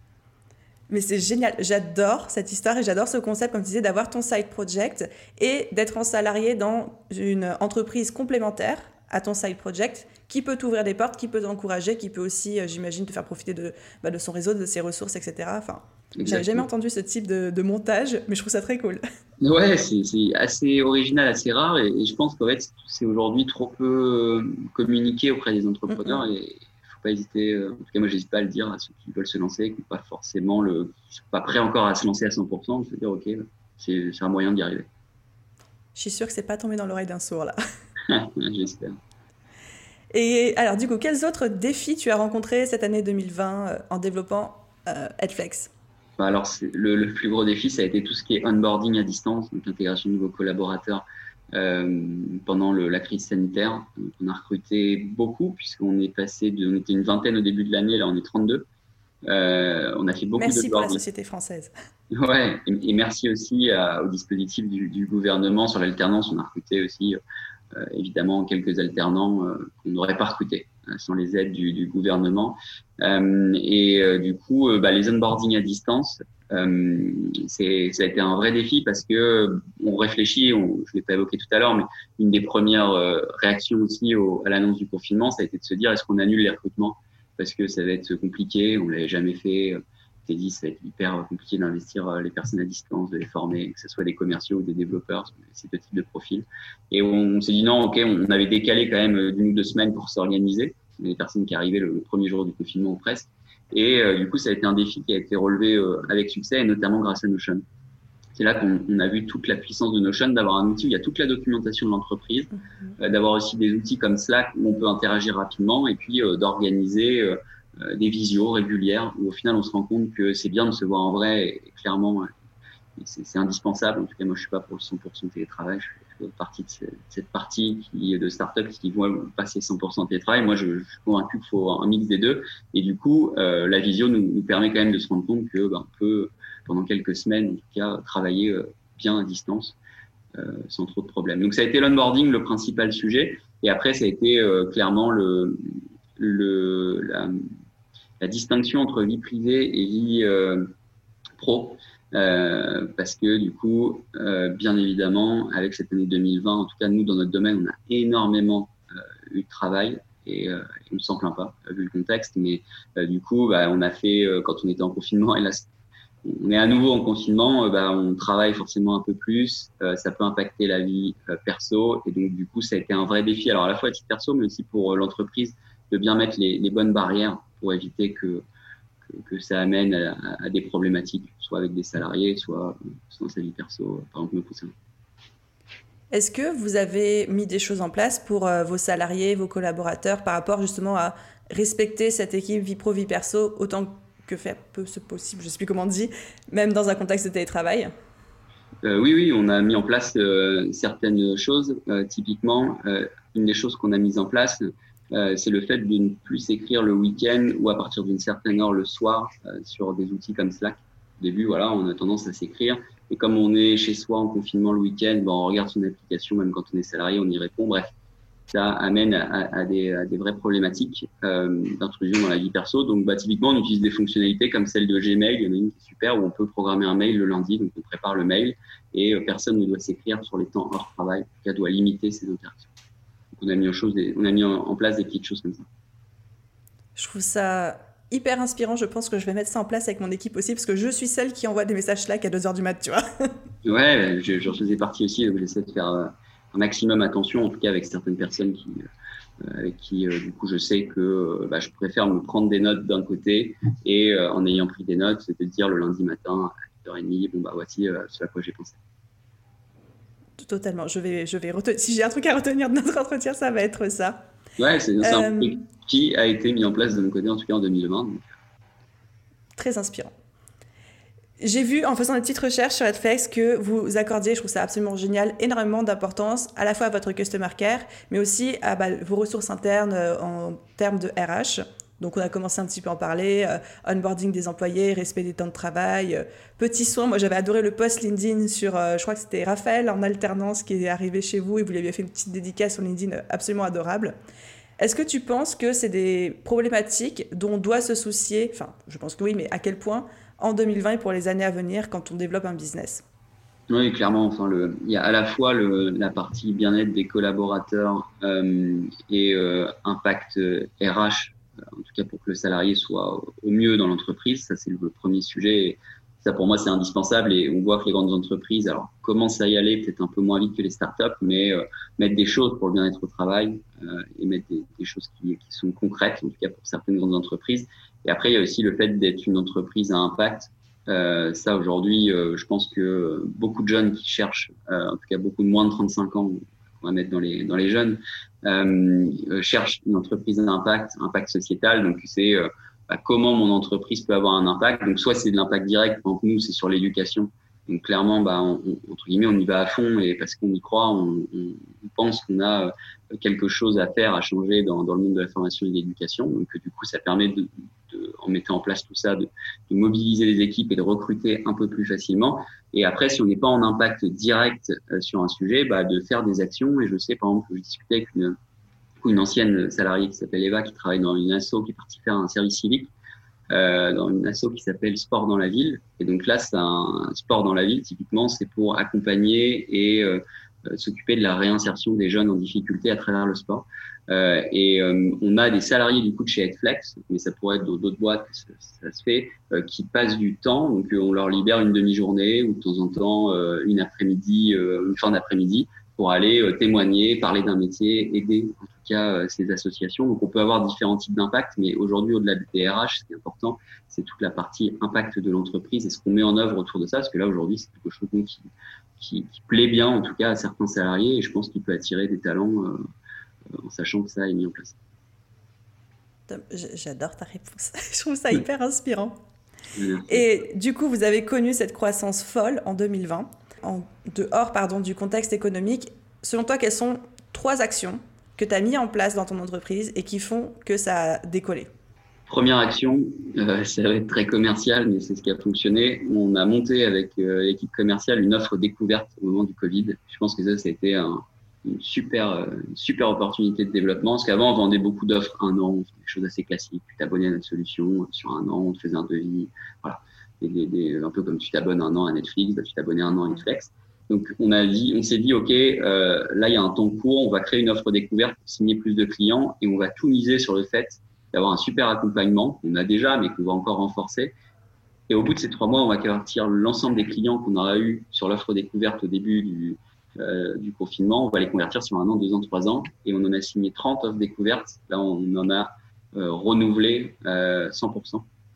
Mais c'est génial, j'adore cette histoire et j'adore ce concept, comme tu disais, d'avoir ton side project et d'être en salarié dans une entreprise complémentaire à ton side project qui peut t'ouvrir des portes, qui peut t'encourager, qui peut aussi, j'imagine, te faire profiter de, bah, de son réseau, de ses ressources, et cetera. Enfin, j'avais jamais entendu ce type de, de montage, mais je trouve ça très cool. Ouais, c'est, c'est assez original, assez rare et, et je pense qu'en fait, c'est aujourd'hui trop peu communiqué auprès des entrepreneurs mm-hmm. et pas hésiter, en tout cas moi j'hésite pas à le dire à ceux qui veulent se lancer, qui n'ont pas forcément le, qui sont pas prêts encore à se lancer à cent pour cent, je veux dire ok, c'est, c'est un moyen d'y arriver. Je suis sûre que c'est pas tombé dans l'oreille d'un sourd là. J'espère. Et alors du coup, quels autres défis tu as rencontrés cette année deux mille vingt euh, en développant euh, Edflex ? Bah alors c'est, le, le plus gros défi ça a été tout ce qui est onboarding à distance, donc l'intégration de nouveaux collaborateurs. Euh, pendant le, la crise sanitaire, on a recruté beaucoup puisqu'on est passé de, on était une vingtaine au début de l'année, là on est trente-deux. Euh, on a fait beaucoup merci de. Merci pour la société française. Ouais, et, et merci aussi à, au dispositif du, du gouvernement sur l'alternance. On a recruté aussi euh, évidemment quelques alternants euh, qu'on n'aurait pas recrutés euh, sans les aides du, du gouvernement. Euh, et euh, du coup, euh, bah, les onboarding à distance. Euh, c'est, ça a été un vrai défi parce que on réfléchit, on, je l'ai pas évoqué tout à l'heure, mais une des premières euh, réactions aussi au, à l'annonce du confinement, ça a été de se dire est-ce qu'on annule les recrutements parce que ça va être compliqué, on l'avait jamais fait. On s'est dit ça va être hyper compliqué d'investir les personnes à distance, de les former, que ce soit des commerciaux ou des développeurs, ces deux types de profils. Et on, on s'est dit non, ok, on avait décalé quand même d'une ou deux semaines pour s'organiser. Les personnes qui arrivaient le, le premier jour du confinement ou presque. Et euh, du coup, ça a été un défi qui a été relevé euh, avec succès, et notamment grâce à Notion. C'est là qu'on on a vu toute la puissance de Notion, d'avoir un outil où il y a toute la documentation de l'entreprise, mm-hmm. euh, d'avoir aussi des outils comme Slack où on peut interagir rapidement, et puis euh, d'organiser euh, euh, des visios régulières, où au final, on se rend compte que c'est bien de se voir en vrai, et, et clairement, euh, c'est, c'est indispensable. En tout cas, moi, je suis pas pour le cent pour cent télétravail, je fais partie de cette, cette partie qui, de startups qui vont passer cent pour cent télétravail. Moi, je, je suis convaincu qu'il faut un mix des deux. Et du coup, euh, la visio nous, nous permet quand même de se rendre compte que ben, on peut, pendant quelques semaines, en tout cas, travailler euh, bien à distance euh, sans trop de problèmes. Donc, ça a été l'onboarding, le principal sujet. Et après, ça a été euh, clairement le, le, la, la distinction entre vie privée et vie euh, pro. Euh, parce que du coup, euh, bien évidemment, avec cette année deux mille vingt, en tout cas nous dans notre domaine, on a énormément euh, eu de travail et, euh, et on ne s'en plaint pas vu le contexte. Mais euh, du coup, bah, on a fait euh, quand on était en confinement et là on est à nouveau en confinement, euh, bah, on travaille forcément un peu plus. Euh, ça peut impacter la vie euh, perso et donc du coup, ça a été un vrai défi. Alors à la fois à titre perso, mais aussi pour euh, l'entreprise de bien mettre les, les bonnes barrières pour éviter que que, que ça amène à, à des problématiques, soit avec des salariés, soit, soit dans sa vie perso, par exemple me concernant. Est-ce que vous avez mis des choses en place pour euh, vos salariés, vos collaborateurs, par rapport justement à respecter cette équipe vie pro, vie perso, autant que faire peut se possible, je ne sais plus comment on dit, même dans un contexte de télétravail? euh, Oui, oui, on a mis en place euh, certaines choses. Euh, typiquement, euh, une des choses qu'on a mises en place, euh, c'est le fait de ne plus s'écrire le week-end ou à partir d'une certaine heure le soir euh, sur des outils comme Slack. Au début, voilà, on a tendance à s'écrire. Et comme on est chez soi en confinement le week-end, ben, on regarde son application, même quand on est salarié, on y répond. Bref, ça amène à, à, des, à des vraies problématiques euh, d'intrusion dans la vie perso. Donc, bah, typiquement, on utilise des fonctionnalités comme celle de Gmail. Il y en a une qui est super où on peut programmer un mail le lundi. Donc, on prépare le mail et euh, personne ne doit s'écrire sur les temps hors travail. En tout cas, doit limiter ses interactions. Donc, on a mis en, chose des, on a mis en, en place des petites choses comme ça. Je trouve ça hyper inspirant. Je pense que je vais mettre ça en place avec mon équipe aussi, parce que je suis celle qui envoie des messages Slack à deux heures du mat, tu vois. Ouais, je, je faisais partie aussi. Donc j'essaie de faire euh, un maximum attention, en tout cas avec certaines personnes qui, euh, avec qui, euh, du coup, je sais que euh, bah, je préfère me prendre des notes d'un côté et euh, en ayant pris des notes, c'est de dire le lundi matin à huit heures trente, bon bah voici euh, ce à quoi j'ai pensé. Totalement. Je vais, je vais retenir. Si j'ai un truc à retenir de notre entretien, ça va être ça. Ouais, c'est, c'est Euh, un truc qui a été mis en place de mon côté, en tout cas en deux mille vingt. Donc. Très inspirant. J'ai vu en faisant des petites recherches sur Netflix que vous accordiez, je trouve ça absolument génial, énormément d'importance à la fois à votre customer care, mais aussi à bah, vos ressources internes euh, en termes de R H. Donc on a commencé un petit peu à en parler, euh, onboarding des employés, respect des temps de travail, euh, petits soins. Moi j'avais adoré le post LinkedIn sur, euh, je crois que c'était Raphaël en alternance qui est arrivé chez vous et vous lui aviez fait une petite dédicace sur LinkedIn euh, absolument adorable. Est-ce que tu penses que c'est des problématiques dont on doit se soucier, enfin je pense que oui, mais à quel point en deux mille vingt et pour les années à venir quand on développe un business? Oui, clairement. Enfin, le, il y a à la fois le, la partie bien-être des collaborateurs euh, et euh, impact R H, en tout cas pour que le salarié soit au mieux dans l'entreprise. Ça, c'est le premier sujet. Et ça, pour moi, c'est indispensable. Et on voit que les grandes entreprises, alors, commencent à y aller peut-être un peu moins vite que les startups, mais euh, mettre des choses pour le bien-être au travail euh, et mettre des, des choses qui, qui sont concrètes, en tout cas pour certaines grandes entreprises. Et après, il y a aussi le fait d'être une entreprise à impact. Euh, ça, aujourd'hui, euh, je pense que beaucoup de jeunes qui cherchent, euh, en tout cas beaucoup de moins de trente-cinq ans, on va mettre dans les, dans les jeunes, euh, cherchent une entreprise à impact, impact sociétal. Donc, c'est euh, bah, comment mon entreprise peut avoir un impact. Donc, soit c'est de l'impact direct, par exemple, nous, c'est sur l'éducation. Donc, clairement, bah, on, on, entre guillemets, on y va à fond et parce qu'on y croit, on, on, on pense qu'on a quelque chose à faire, à changer dans, dans le monde de la formation et de l'éducation. Donc, du coup, ça permet de, de, en mettant en place tout ça, de, de mobiliser les équipes et de recruter un peu plus facilement. Et après, si on n'est pas en impact direct euh, sur un sujet, bah, de faire des actions. Et je sais, par exemple, que je discutais avec une, une ancienne salariée qui s'appelle Eva, qui travaille dans une asso, qui est partie faire un service civique, euh, dans une asso qui s'appelle Sport dans la ville. Et donc là, c'est un sport dans la ville, typiquement, c'est pour accompagner et euh, s'occuper de la réinsertion des jeunes en difficulté à travers le sport. Euh, et euh, on a des salariés du coup de chez Headflex, mais ça pourrait être d'autres boîtes, ça, ça se fait, euh, qui passent du temps. Donc euh, on leur libère une demi-journée ou de temps en temps euh, une après-midi, euh, une fin d'après-midi pour aller euh, témoigner, parler d'un métier, aider en tout cas euh, ces associations. Donc on peut avoir différents types d'impact, mais aujourd'hui au-delà des R H, ce qui est important, c'est toute la partie impact de l'entreprise et ce qu'on met en œuvre autour de ça, parce que là aujourd'hui c'est quelque chose qui, qui, qui plaît bien en tout cas à certains salariés et je pense qu'il peut attirer des talents. Euh, en sachant que ça est mis en place. J'adore ta réponse. Je trouve ça hyper inspirant. Merci. Et du coup, vous avez connu cette croissance folle en deux mille vingt, en dehors pardon, du contexte économique. Selon toi, quelles sont trois actions que tu as mis en place dans ton entreprise et qui font que ça a décollé? Première action, euh, ça va être très commercial, mais c'est ce qui a fonctionné. On a monté avec euh, l'équipe commerciale une offre découverte au moment du Covid. Je pense que ça, ça a été un une super, une super opportunité de développement. Parce qu'avant, on vendait beaucoup d'offres un an, des choses assez classiques. Tu t'abonnais à notre solution sur un an, on te faisait un devis. Voilà. Des, des, des, un peu comme tu t'abonnes un an à Netflix, bah, tu t'abonnais un an à Netflix. Donc, on a dit, on s'est dit, OK, euh, là, il y a un temps court, on va créer une offre découverte pour signer plus de clients et on va tout miser sur le fait d'avoir un super accompagnement qu'on a déjà, mais qu'on va encore renforcer. Et au bout de ces trois mois, on va convertir l'ensemble des clients qu'on aura eu sur l'offre découverte au début du Euh, du confinement, on va les convertir sur un an, deux ans, trois ans, et on en a signé trente offres découvertes. Là, on en a euh, renouvelé euh, cent pour cent.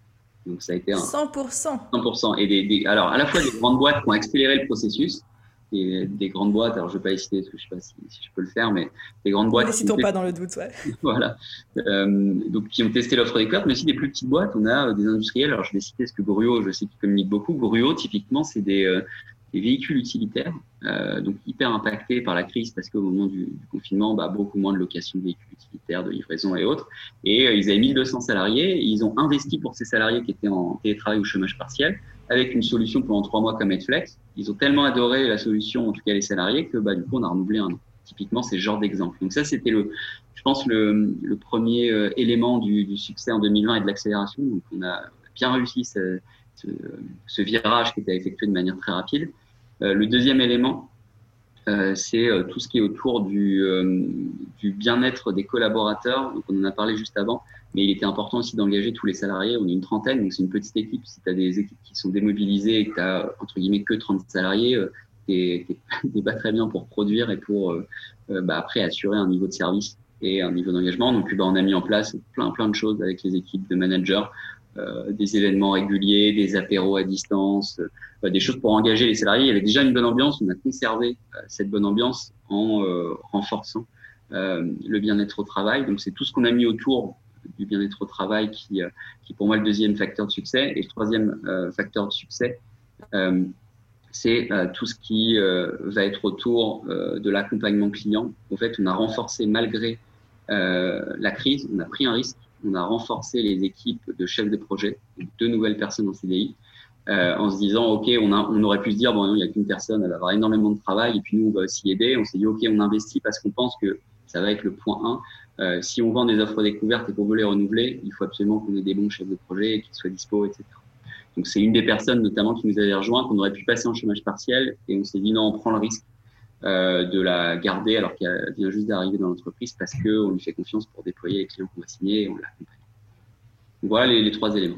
Donc, ça a été un cent pour cent. cent pour cent. Et des, des, alors, à la fois des grandes boîtes qui ont accéléré le processus, et des grandes boîtes, alors je ne vais pas les citer parce que je ne sais pas si, si je peux le faire, mais des grandes boîtes. Ne les citons pas dans le doute, ouais. Voilà. Euh, donc, qui ont testé l'offre découverte, mais aussi des plus petites boîtes. On a euh, des industriels. Alors, je vais citer ce que Gruo, je sais qu'ils communiquent beaucoup. Gruo, typiquement, c'est des, euh, des véhicules utilitaires, euh, donc hyper impactés par la crise parce qu'au moment du, du confinement, bah, beaucoup moins de location de véhicules utilitaires, de livraison et autres. Et euh, ils avaient mille deux cents salariés. Et ils ont investi pour ces salariés qui étaient en télétravail ou chômage partiel avec une solution pendant trois mois comme Edflex. Ils ont tellement adoré la solution, en tout cas les salariés, que bah, du coup, on a renouvelé un an. Typiquement, c'est ce genre d'exemple. Donc ça, c'était le, je pense, le, le premier euh, élément du, du succès en deux mille vingt et de l'accélération. Donc, on a bien réussi ce, ce, ce virage qui était effectué de manière très rapide. Euh, le deuxième élément, euh, c'est euh, tout ce qui est autour du, euh, du bien-être des collaborateurs. Donc, on en a parlé juste avant, mais il était important aussi d'engager tous les salariés. On est une trentaine, donc c'est une petite équipe. Si tu as des équipes qui sont démobilisées et que tu as, entre guillemets, que trente salariés, euh, t'es, t'es, t'es pas très bien pour produire et pour euh, euh, bah, après assurer un niveau de service et un niveau d'engagement. Donc, bah, on a mis en place plein, plein de choses avec les équipes de managers, euh, des événements réguliers, des apéros à distance, euh, des choses pour engager les salariés. Il y avait déjà une bonne ambiance. On a conservé euh, cette bonne ambiance en euh, renforçant euh, le bien-être au travail. Donc, c'est tout ce qu'on a mis autour du bien-être au travail qui, euh, qui est pour moi le deuxième facteur de succès. Et le troisième euh, facteur de succès, euh, c'est euh, tout ce qui euh, va être autour euh, de l'accompagnement client. En fait, on a renforcé malgré euh, la crise, on a pris un risque, on a renforcé les équipes de chefs de projet, deux nouvelles personnes en C D I, euh, en se disant, OK, on, a, on aurait pu se dire, bon, non, il n'y a qu'une personne, elle va avoir énormément de travail, et puis nous, on va aussi aider. On s'est dit, OK, on investit parce qu'on pense que ça va être le point un. Euh, si on vend des offres découvertes et qu'on veut les renouveler, il faut absolument qu'on ait des bons chefs de projet, qu'ils soient dispo, et cetera. Donc, c'est une des personnes, notamment, qui nous avait rejoint, qu'on aurait pu passer en chômage partiel. Et on s'est dit, non, on prend le risque euh, de la garder alors qu'elle vient juste d'arriver dans l'entreprise parce qu'on lui fait confiance pour déployer les clients qu'on va signer et on l'accompagne. Donc, voilà les, les trois éléments.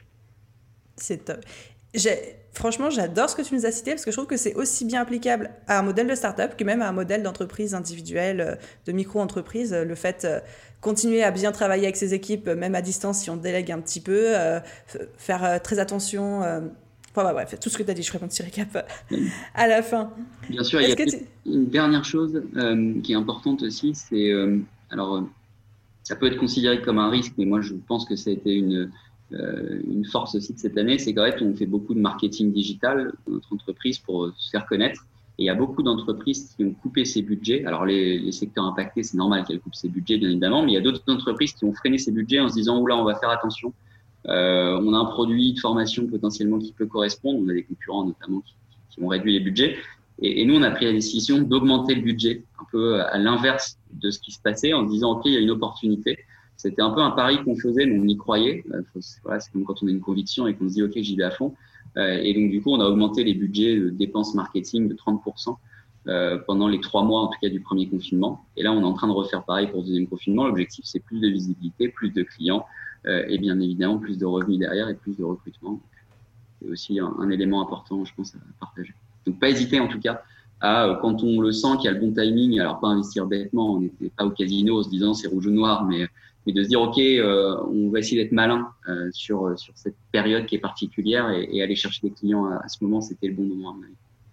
C'est top. J'ai... Franchement, j'adore ce que tu nous as cité parce que je trouve que c'est aussi bien applicable à un modèle de start-up que même à un modèle d'entreprise individuelle, de micro-entreprise. Le fait de continuer à bien travailler avec ses équipes, même à distance si on délègue un petit peu, euh, faire très attention. Euh, enfin, bah, bref, tout ce que tu as dit, je ferai mon petit récap à la fin. Bien sûr, Est-ce il y a tu... une dernière chose euh, qui est importante aussi, c'est, euh, alors, euh, ça peut être considéré comme un risque, mais moi je pense que ça a été une... Euh, une force aussi de cette année, c'est qu'en fait, on fait beaucoup de marketing digital dans notre entreprise pour se faire connaître. Et il y a beaucoup d'entreprises qui ont coupé ces budgets. Alors, les, les secteurs impactés, c'est normal qu'elles coupent ces budgets, bien évidemment, mais il y a d'autres entreprises qui ont freiné ces budgets en se disant, oula, on va faire attention. Euh, on a un produit de formation potentiellement qui peut correspondre. On a des concurrents notamment qui, qui ont réduit les budgets. Et, et nous, on a pris la décision d'augmenter le budget, un peu à l'inverse de ce qui se passait, en se disant, OK, il y a une opportunité. C'était un peu un pari qu'on faisait, mais on y croyait. Voilà, c'est comme quand on a une conviction et qu'on se dit « Ok, j'y vais à fond ». Et donc, du coup, on a augmenté les budgets de dépenses marketing de trente pour cent pendant les trois mois, en tout cas, du premier confinement. Et là, on est en train de refaire pareil pour le deuxième confinement. L'objectif, c'est plus de visibilité, plus de clients et bien évidemment, plus de revenus derrière et plus de recrutement. C'est aussi un, un élément important, je pense, à partager. Donc, pas hésiter, en tout cas, à, quand on le sent qu'il y a le bon timing, alors pas investir bêtement, on n'était pas au casino en se disant « c'est rouge ou noir », mais mais de se dire, OK, euh, on va essayer d'être malin euh, sur, sur cette période qui est particulière et, et aller chercher des clients à, à ce moment, c'était le bon moment à mon avis.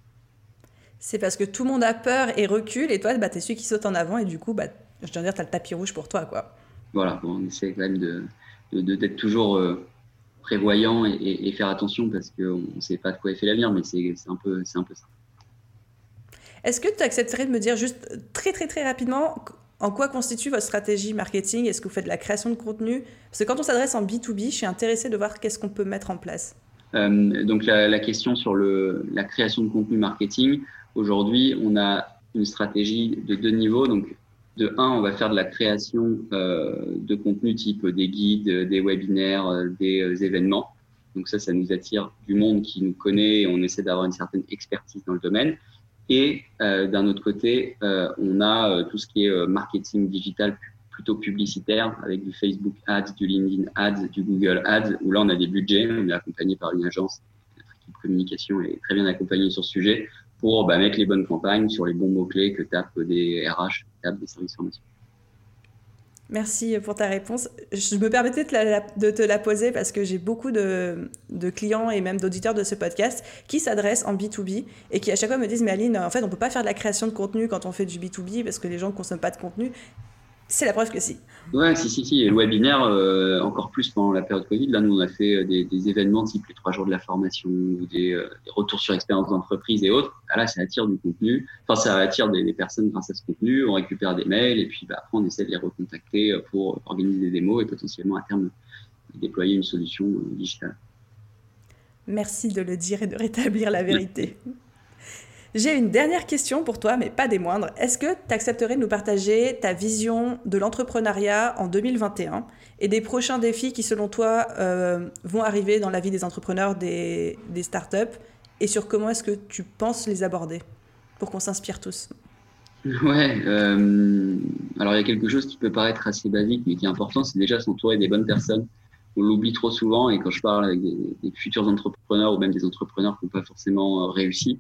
C'est parce que tout le monde a peur et recule et toi, bah, tu es celui qui saute en avant et du coup, bah, je dois dire, tu as le tapis rouge pour toi, quoi. Voilà, bon, on essaie quand même de, de, de, d'être toujours euh, prévoyant et, et, et faire attention parce qu'on ne sait pas de quoi est fait l'avenir, mais c'est, c'est, un peu, c'est un peu ça. Est-ce que tu accepterais de me dire juste très, très, très rapidement en quoi constitue votre stratégie marketing ? Est-ce que vous faites de la création de contenu ? Parce que quand on s'adresse en B deux B, je suis intéressée de voir qu'est-ce qu'on peut mettre en place. Euh, donc la, la question sur le, la création de contenu marketing, aujourd'hui, on a une stratégie de deux niveaux. Donc, de un, on va faire de la création euh, de contenu type des guides, des webinaires, des euh, événements. Donc ça, ça nous attire du monde qui nous connaît et on essaie d'avoir une certaine expertise dans le domaine. Et euh, d'un autre côté, euh, on a euh, tout ce qui est euh, marketing digital plutôt publicitaire avec du Facebook Ads, du LinkedIn Ads, du Google Ads, où là, on a des budgets. On est accompagné par une agence. Notre équipe communication est très bien accompagnée sur ce sujet pour bah, mettre les bonnes campagnes sur les bons mots-clés que tapent des R H, que tapent des services formations. Merci pour ta réponse. Je me permettais de, la- de te la poser parce que j'ai beaucoup de, de clients et même d'auditeurs de ce podcast qui s'adressent en B deux B et qui à chaque fois me disent mais Aline, en fait on peut pas faire de la création de contenu quand on fait du B deux B parce que les gens ne consomment pas de contenu. C'est la preuve que si. Ouais, si, si, si. Et le webinaire, euh, encore plus pendant la période Covid. Là, nous, on a fait des, des événements type les trois jours de la formation ou des, euh, des retours sur expérience d'entreprise et autres. Ah, là, ça attire du contenu. Enfin, ça attire des, des personnes grâce à ce contenu. On récupère des mails et puis bah, après, on essaie de les recontacter pour organiser des démos et potentiellement à terme déployer une solution euh, digitale. Merci de le dire et de rétablir la vérité. J'ai une dernière question pour toi, mais pas des moindres. Est-ce que tu accepterais de nous partager ta vision de l'entrepreneuriat en deux mille vingt et un et des prochains défis qui, selon toi, euh, vont arriver dans la vie des entrepreneurs, des, des startups, et sur comment est-ce que tu penses les aborder pour qu'on s'inspire tous? Ouais, euh, alors il y a quelque chose qui peut paraître assez basique, mais qui est important, c'est déjà s'entourer des bonnes personnes. On l'oublie trop souvent, et quand je parle avec des, des futurs entrepreneurs ou même des entrepreneurs qui n'ont pas forcément euh, réussi,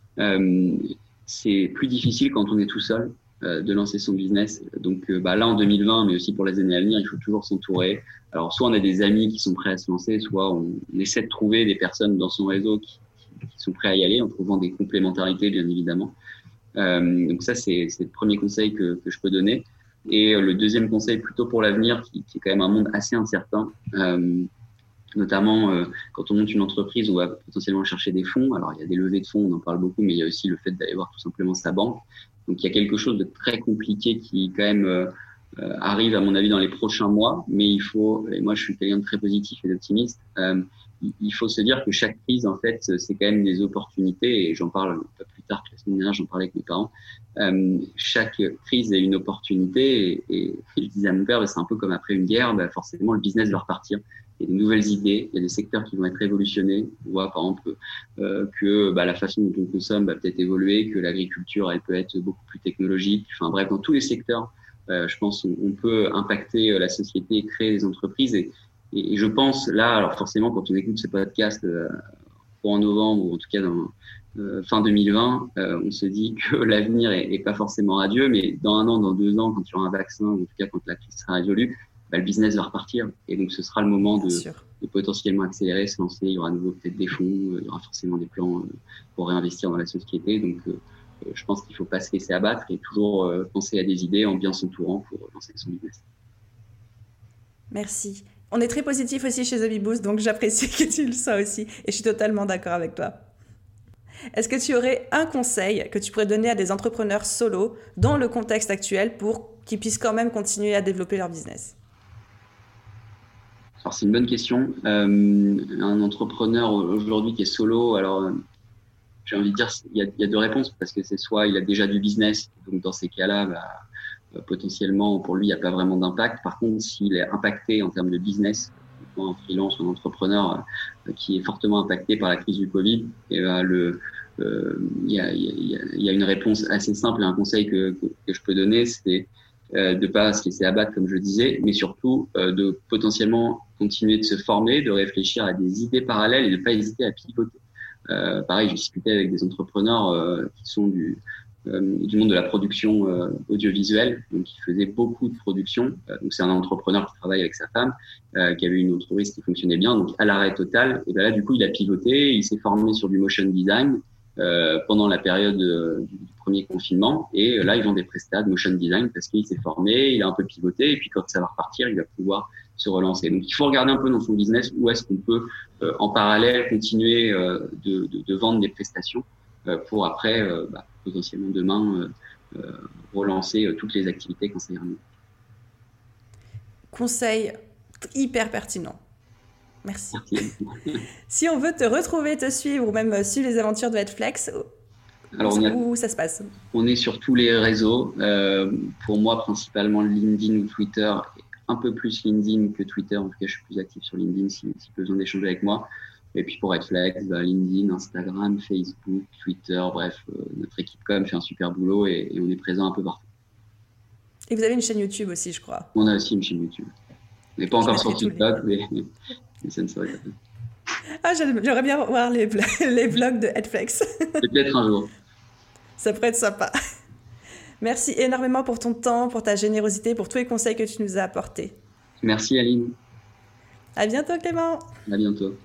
euh, c'est plus difficile quand on est tout seul euh, de lancer son business. Donc euh, bah, là en deux mille vingt, mais aussi pour les années à venir, il faut toujours s'entourer. Alors soit on a des amis qui sont prêts à se lancer, soit on, on essaie de trouver des personnes dans son réseau qui, qui sont prêts à y aller en trouvant des complémentarités bien évidemment. Euh, donc ça, c'est, c'est le premier conseil que, que je peux donner. Et le deuxième conseil, plutôt pour l'avenir, qui, qui est quand même un monde assez incertain, euh, notamment euh, quand on monte une entreprise, on va potentiellement chercher des fonds. Alors, il y a des levées de fonds, on en parle beaucoup, mais il y a aussi le fait d'aller voir tout simplement sa banque. Donc, il y a quelque chose de très compliqué qui, quand même, euh, euh, arrive, à mon avis, dans les prochains mois. Mais il faut, et moi, je suis quelqu'un de très positif et d'optimiste, euh, il faut se dire que chaque crise, en fait, c'est quand même des opportunités, et j'en parle un peu plus tard que la semaine dernière, j'en parlais avec mes parents. Euh, chaque crise est une opportunité, et, et je disais à mon père, bah, c'est un peu comme après une guerre, bah, forcément le business va repartir. Il y a des nouvelles idées, il y a des secteurs qui vont être révolutionnés. On voit par exemple euh, que bah, la façon dont on consomme va peut-être évoluer, que l'agriculture, elle peut être beaucoup plus technologique. Enfin bref, dans tous les secteurs, euh, je pense on, on peut impacter la société et créer des entreprises. Et, et, et je pense là, alors forcément, quand on écoute ce podcast euh, en novembre, ou en tout cas dans euh, fin deux mille vingt, euh, on se dit que l'avenir est, est pas forcément radieux, mais dans un an, dans deux ans, quand il y aura un vaccin, ou en tout cas quand la crise sera résolue, bah, le business va repartir. Et donc, ce sera le moment de, de potentiellement accélérer, se lancer. Il y aura à nouveau peut-être des fonds, euh, il y aura forcément des plans euh, pour réinvestir dans la société. Donc, euh, je pense qu'il ne faut pas se laisser abattre et toujours euh, penser à des idées en bien s'entourant pour lancer son business. Merci. On est très positif aussi chez The Boost, donc j'apprécie que tu le sois aussi. Et je suis totalement d'accord avec toi. Est-ce que tu aurais un conseil que tu pourrais donner à des entrepreneurs solo dans le contexte actuel pour qu'ils puissent quand même continuer à développer leur business ? Alors, c'est une bonne question. Euh, un entrepreneur aujourd'hui qui est solo, alors j'ai envie de dire, il y a, il y a deux réponses, parce que c'est soit il a déjà du business, donc dans ces cas-là, bah, euh, potentiellement pour lui, il n'y a pas vraiment d'impact. Par contre, s'il est impacté en termes de business, un freelance ou un entrepreneur euh, qui est fortement impacté par la crise du Covid, et bah, le euh, il y, a, il y, a, il y a une réponse assez simple et un conseil que, que, que je peux donner, c'est euh, de pas se laisser abattre, comme je disais, mais surtout euh, de potentiellement continuer de se former, de réfléchir à des idées parallèles et de pas hésiter à pivoter. Euh, pareil, j'ai discuté avec des entrepreneurs euh, qui sont du, euh, du monde de la production euh, audiovisuelle, donc qui faisaient beaucoup de production. Euh, donc c'est un entrepreneur qui travaille avec sa femme, euh, qui avait une entreprise qui fonctionnait bien, donc à l'arrêt total. Et ben là, du coup, il a pivoté, il s'est formé sur du motion design euh, pendant la période euh, du premier confinement. Et euh, là, il vend des prestats de motion design parce qu'il s'est formé, il a un peu pivoté, et puis quand ça va repartir, il va pouvoir se relancer. Donc, il faut regarder un peu dans son business où est-ce qu'on peut, euh, en parallèle, continuer euh, de, de, de vendre des prestations euh, pour après, euh, bah, potentiellement demain, euh, euh, relancer euh, toutes les activités quand ça ira mieux. Conseil hyper pertinent. Merci. Merci. Si on veut te retrouver, te suivre ou même suivre les aventures de Headflex, Alors, où, a, où ça se passe? On est sur tous les réseaux. Euh, pour moi, principalement LinkedIn ou Twitter. Un peu plus LinkedIn que Twitter. En tout cas, je suis plus actif sur LinkedIn si, si besoin d'échanger avec moi. Et puis pour Headflex, bah, LinkedIn, Instagram, Facebook, Twitter, bref, euh, notre équipe com fait un super boulot et, et on est présent un peu partout. Et vous avez une chaîne YouTube aussi, je crois. On a aussi une chaîne YouTube. On n'est pas je encore sur TikTok, mais, mais ça ne serait pas fait. Ah, j'aimerais bien voir les, les vlogs de Headflex. Peut-être un jour. Ça pourrait être sympa. Merci énormément pour ton temps, pour ta générosité, pour tous les conseils que tu nous as apportés. Merci Aline. À bientôt Clément. À bientôt.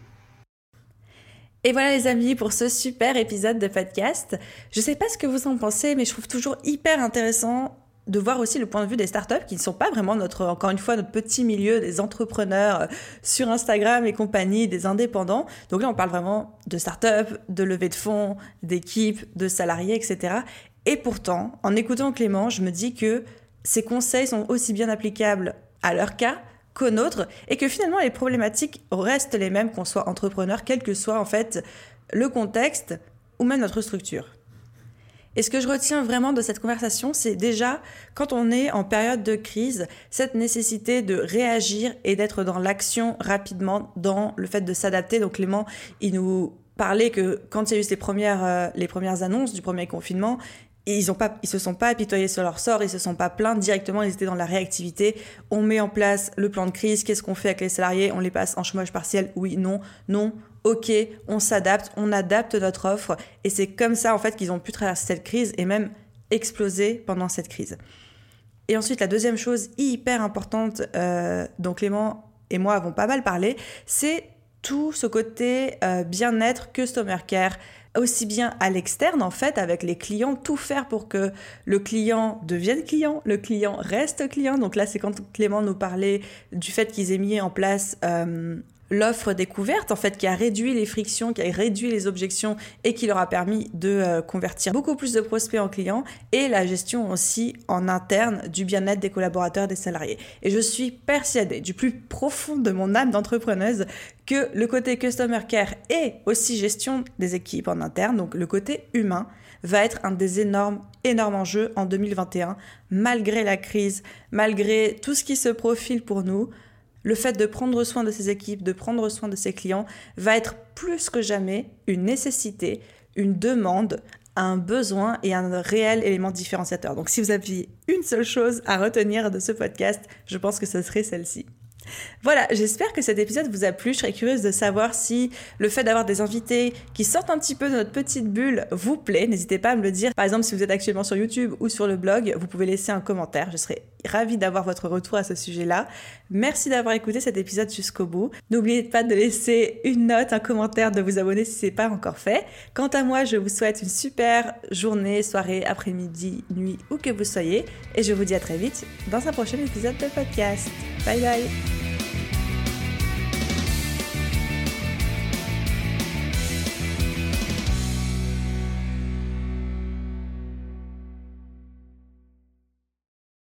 Et voilà les amis pour ce super épisode de podcast. Je sais pas ce que vous en pensez, mais je trouve toujours hyper intéressant de voir aussi le point de vue des startups qui ne sont pas vraiment notre, encore une fois, notre petit milieu des entrepreneurs sur Instagram et compagnie, des indépendants. Donc là, on parle vraiment de startups, de levée de fonds, d'équipes, de salariés, et cetera. Et pourtant, en écoutant Clément, je me dis que ces conseils sont aussi bien applicables à leur cas qu'aux nôtres et que finalement, les problématiques restent les mêmes qu'on soit entrepreneur, quel que soit en fait le contexte ou même notre structure. Et ce que je retiens vraiment de cette conversation, c'est déjà, quand on est en période de crise, cette nécessité de réagir et d'être dans l'action rapidement, dans le fait de s'adapter. Donc Clément, il nous parlait que quand il y a eu ces premières, euh, les premières annonces du premier confinement, ils ne se sont pas apitoyés sur leur sort, ils ne se sont pas plaints directement, ils étaient dans la réactivité. On met en place le plan de crise, qu'est-ce qu'on fait avec les salariés? On les passe en chômage partiel? Oui, non, non. Ok, on s'adapte, on adapte notre offre et c'est comme ça en fait qu'ils ont pu traverser cette crise et même exploser pendant cette crise. Et ensuite, la deuxième chose hyper importante euh, dont Clément et moi avons pas mal parlé, c'est tout ce côté euh, bien-être, customer care, aussi bien à l'externe en fait avec les clients, tout faire pour que le client devienne client, le client reste client. Donc là, c'est quand Clément nous parlait du fait qu'ils aient mis en place euh, l'offre découverte, en fait, qui a réduit les frictions, qui a réduit les objections et qui leur a permis de euh, convertir beaucoup plus de prospects en clients et la gestion aussi en interne du bien-être des collaborateurs et des salariés. Et je suis persuadée du plus profond de mon âme d'entrepreneuse que le côté customer care et aussi gestion des équipes en interne, donc le côté humain, va être un des énormes, énormes enjeux en deux mille vingt et un, malgré la crise, malgré tout ce qui se profile pour nous. Le fait de prendre soin de ses équipes, de prendre soin de ses clients, va être plus que jamais une nécessité, une demande, un besoin et un réel élément différenciateur. Donc si vous aviez une seule chose à retenir de ce podcast, je pense que ce serait celle-ci. Voilà, j'espère que cet épisode vous a plu. Je serais curieuse de savoir si le fait d'avoir des invités qui sortent un petit peu de notre petite bulle vous plaît. N'hésitez pas à me le dire. Par exemple, si vous êtes actuellement sur YouTube ou sur le blog, vous pouvez laisser un commentaire. Je serais ravie d'avoir votre retour à ce sujet-là. Merci d'avoir écouté cet épisode jusqu'au bout. N'oubliez pas de laisser une note, un commentaire, de vous abonner si ce n'est pas encore fait. Quant à moi, je vous souhaite une super journée, soirée, après-midi, nuit, où que vous soyez. Et je vous dis à très vite dans un prochain épisode de podcast. Bye bye!